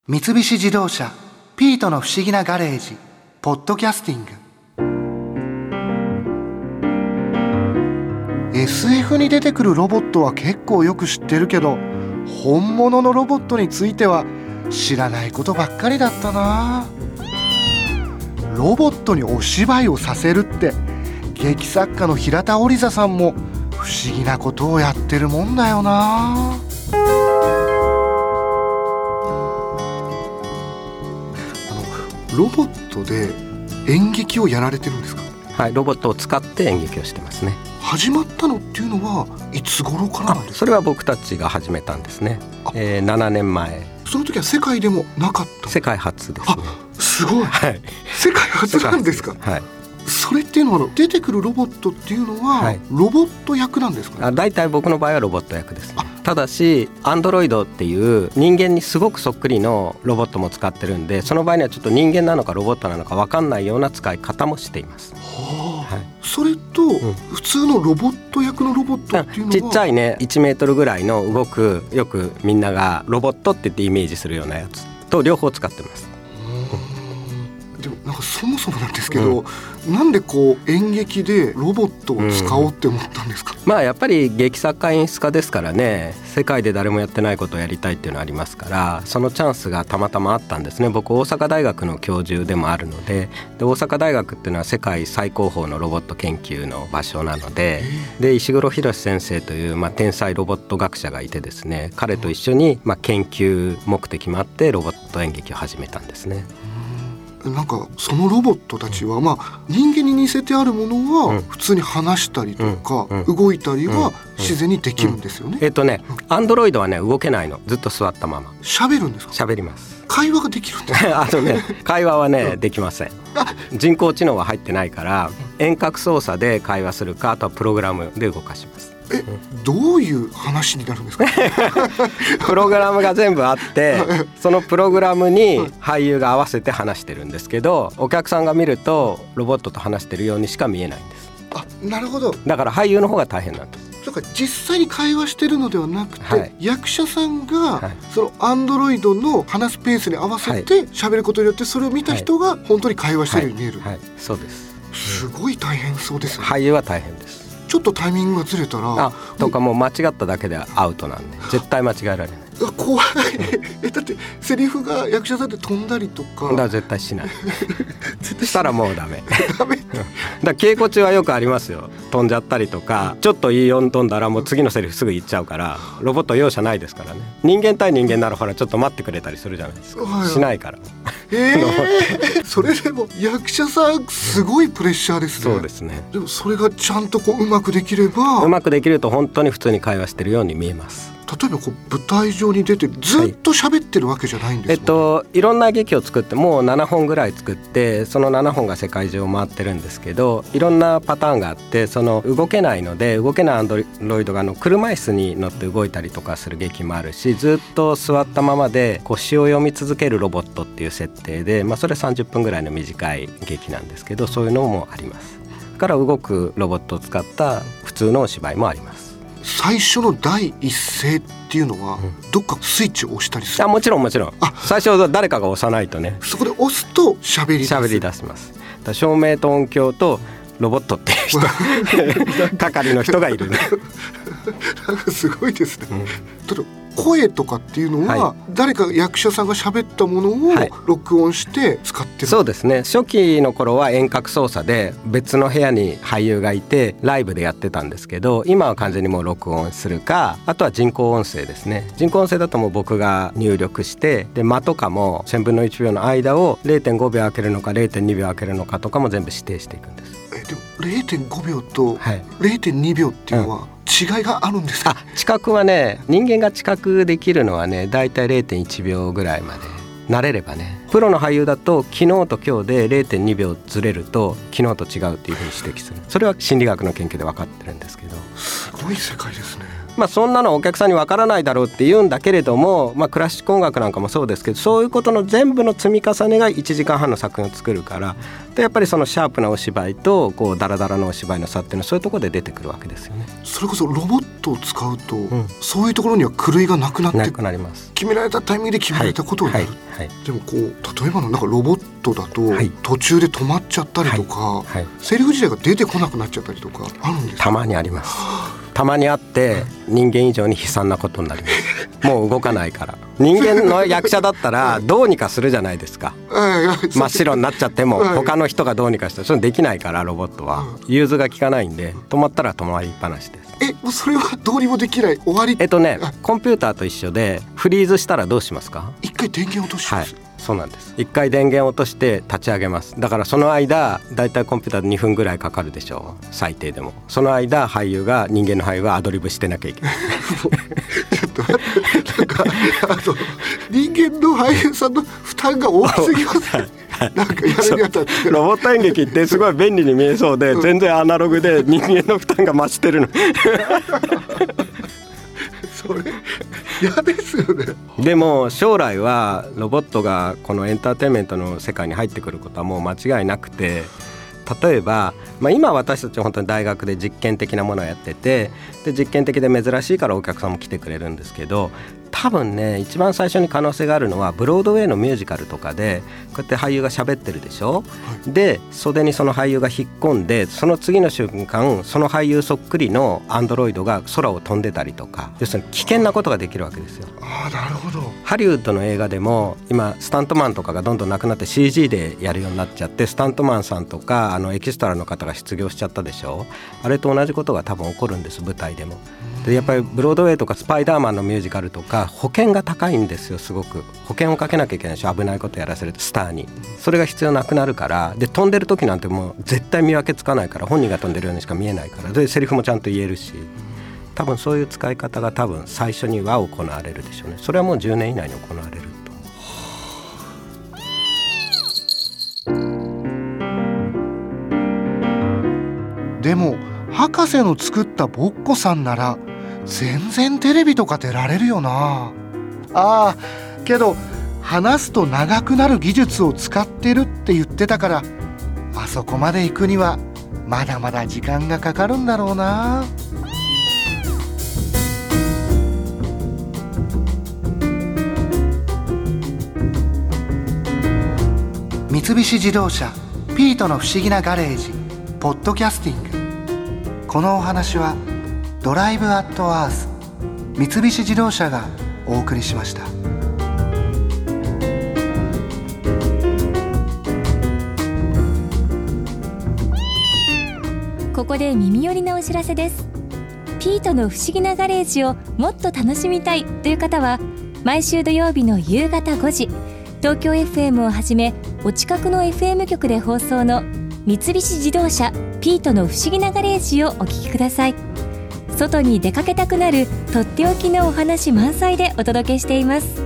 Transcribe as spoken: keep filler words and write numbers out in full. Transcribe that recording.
三菱自動車ピートの不思議なガレージポッドキャスティング。 エスエフ に出てくるロボットは結構よく知ってるけど、本物のロボットについては知らないことばっかりだったな。ロボットにお芝居をさせるって劇作家の平田織座さんも不思議なことをやってるもんだよな。ロボットで演劇をやられてるんですか？ はい、ロボットを使って演劇をしてますね。 始まったのっていうのはいつ頃からなんですか？ それは僕たちが始めたんですね、えー、ななねんまえ。 その時は世界でもなかった？ 世界初ですね。 あ、すごい、はい、世界初なんですか？ はい。 それっていうのは出てくるロボットっていうのは、はい、ロボット役なんですかね？ あ、だいたい僕の場合はロボット役ですね。ただしアンドロイドっていう人間にすごくそっくりのロボットも使ってるんで、その場合にはちょっと人間なのかロボットなのか分かんないような使い方もしています。 はあ、はい、それと、うん、普通のロボット役のロボットっていうのはちっちゃいねいちメートルぐらいの動く、よくみんながロボットって言ってイメージするようなやつと両方使ってます。 でもなんかそもそもなんですけど、うん、なんでこう演劇でロボットを使おうって思ったんですか？ うん、まあやっぱり劇作家演出家ですからね、世界で誰もやってないことをやりたいっていうのはありますから、そのチャンスがたまたまあったんですね。僕大阪大学の教授でもあるので、で大阪大学っていうのは世界最高峰のロボット研究の場所なので、で石黒浩先生という、まあ、天才ロボット学者がいてですね、彼と一緒に、まあ、研究目的もあってロボット演劇を始めたんですね。 なんかそのロボットたちは、まあ、人間に似せてあるものは普通に話したりとか、うん、動いたりは自然にできるんですよね。 えっとね、アンドロイドはね動けないの、ずっと座ったまま。 喋るんですか？ 喋ります。 会話ができるんですか？ あとね会話はねできません。人工知能は入ってないから、遠隔操作で会話するか、あとはプログラムで動かします。 え、どういう話になるんですか？ プログラムが全部あってそのプログラムに俳優が合わせて話してるんですけど、お客さんが見るとロボットと話してるようにしか見えないんです。 あ、なるほど。 だから俳優の方が大変なんです。 そうか、実際に会話してるのではなくて、はい、役者さんが、はい、そのアンドロイドの話すペースに合わせて喋ることによって、それを見た人が本当に会話してるように見える、 はいはいはい、そうです。 すごい大変そうですね。 俳優は大変です。 ちょっとタイミングがずれたら、 あとかもう間違っただけでアウトなんで絶対間違えられない。 怖いえ、だってセリフが役者さんで飛んだりとか。 だから絶対しないしたらもうダメダメだ。稽古中はよくありますよ。飛んじゃったりとか、ちょっといい音飛んだらもう次のセリフすぐ言っちゃうから、ロボット容赦ないですからね。人間対人間ならほらちょっと待ってくれたりするじゃないですか、はい、しないから。 えー、それでも役者さんすごいプレッシャーですね。 そうですね。 でもそれがちゃんとこううまくできれば、 うまくできると本当に普通に会話してるように見えます。 例えばこう舞台上に出てずっと喋ってるわけじゃないんですもんね。 えっと、いろんな劇を作ってもうななほんぐらい作って、そのななほんが世界中を回ってるんですけど、いろんなパターンがあって、その動けないので動けないアンドロイドがあの車椅子に乗って動いたりとかする劇もあるし、ずっと座ったままでこう詩を読み続けるロボットっていう設定で、まあ、それさんじゅっぷんぐらいの短い劇なんですけど、そういうのもあります。だから動くロボットを使った普通のお芝居もあります。 最初の第一声っていうのは、うん、どっかスイッチを押したりする？ あ、もちろんもちろん。あ、最初は誰かが押さないとね。 そこで押すと喋り出す。喋り出します。だ照明と音響とロボットっていう人係の人がいるねなんかすごいですね、うん、ただ声とかっていうのは、はい、誰か役者さんが喋ったものを録音して使ってる、はい、 そうですね。初期の頃は遠隔操作で別の部屋に俳優がいてライブでやってたんですけど、今は完全にもう録音するか、あとは人工音声ですね。人工音声だともう僕が入力して、で間とかもせんぶんのいちびょうの間を れいてんごびょう空けるのか れいてんにびょう空けるのかとかも全部指定していくんです。 えでも れいてんごびょうと れいてんにびょうっていうのは、うん、違いがあるんですか？ あ、知覚はね、人間が知覚できるのはね、だいたい れいてんいちびょうぐらいまで慣れればね。プロの俳優だと昨日と今日で れいてんにびょうずれると昨日と違うっていうふうに指摘する。それは心理学の研究で分かってるんですけど。 すごい世界ですね。 まあ、そんなのお客さんにわからないだろうって言うんだけれども、まあ、クラシック音楽なんかもそうですけど、そういうことの全部の積み重ねがいちじかんはんの作品を作るから、でやっぱりそのシャープなお芝居とこうダラダラのお芝居の差っていうのはそういうところで出てくるわけですよね。 それこそロボットを使うと、うん、そういうところには狂いがなくなってなくなります。 決められたタイミングで決められたことをやる、はいはいはい、でもこう例えばのなんかロボットだと途中で止まっちゃったりとか、はいはい、セリフ自体が出てこなくなっちゃったりとかあるんですか？ たまにありますたまにあって人間以上に悲惨なことになりますもう動かないから人間の役者だったらどうにかするじゃないですか真っ白になっちゃっても他の人がどうにかして、それできないからロボットは融通が効かないんで、止まったら止まりっぱなしです。 え、もうそれはどうにもできない、終わり。 えっとねコンピューターと一緒でフリーズしたらどうしますか？ 一回電源落とします、 はい、そうなんです。一回電源落として立ち上げます。だからその間だいたいコンピューターでにふんぐらいかかるでしょう、最低でも。その間俳優が人間の俳優がアドリブしてなきゃいけないちょっと待ってなんかあの人間の俳優さんの負担が大きすぎますねなんかやるにあたってロボット演劇ってすごい便利に見えそうで、うん、全然アナログで人間の負担が増してるのそれ嫌ですよね。 でも将来はロボットがこのエンターテインメントの世界に入ってくることはもう間違いなくて、例えば、まあ、今私たちは本当に大学で実験的なものをやってて、で実験的で珍しいからお客さんも来てくれるんですけど、多分ね一番最初に可能性があるのはブロードウェイのミュージカルとかでこうやって俳優が喋ってるでしょ、はい、で袖にその俳優が引っ込んで、その次の瞬間その俳優そっくりのアンドロイドが空を飛んでたりとか、要するに危険なことができるわけですよ。 あー、なるほど。 ハリウッドの映画でも今スタントマンとかがどんどんなくなって シージー でやるようになっちゃって、スタントマンさんとかあのエキストラの方が失業しちゃったでしょ。あれと同じことが多分起こるんです、舞台でも。でやっぱりブロードウェイとかスパイダーマンのミュージカルとか保険が高いんですよ。すごく保険をかけなきゃいけないでしょ、危ないことやらせるとスターに。それが必要なくなるから、で飛んでる時なんてもう絶対見分けつかないから、本人が飛んでるようにしか見えないから、でセリフもちゃんと言えるし、多分そういう使い方が多分最初には行われるでしょうね。それはもうじゅうねん以内に行われると思う。でも博士の作ったボッコさんなら全然テレビとか出られるよな。ああ、けど話すと長くなる技術を使ってるって言ってたから、あそこまで行くにはまだまだ時間がかかるんだろうな。三菱自動車ピートの不思議なガレージポッドキャスティング。このお話はドライブアットアース三菱自動車がお送りしました。 ここで耳寄りなお知らせです。ピートの不思議なガレージをもっと楽しみたいという方は、毎週土曜日の夕方ごじ、東京 エフエム をはじめお近くの エフエム 局で放送の三菱自動車ピートの不思議なガレージをお聞きください。外に出かけたくなるとっておきのお話満載でお届けしています。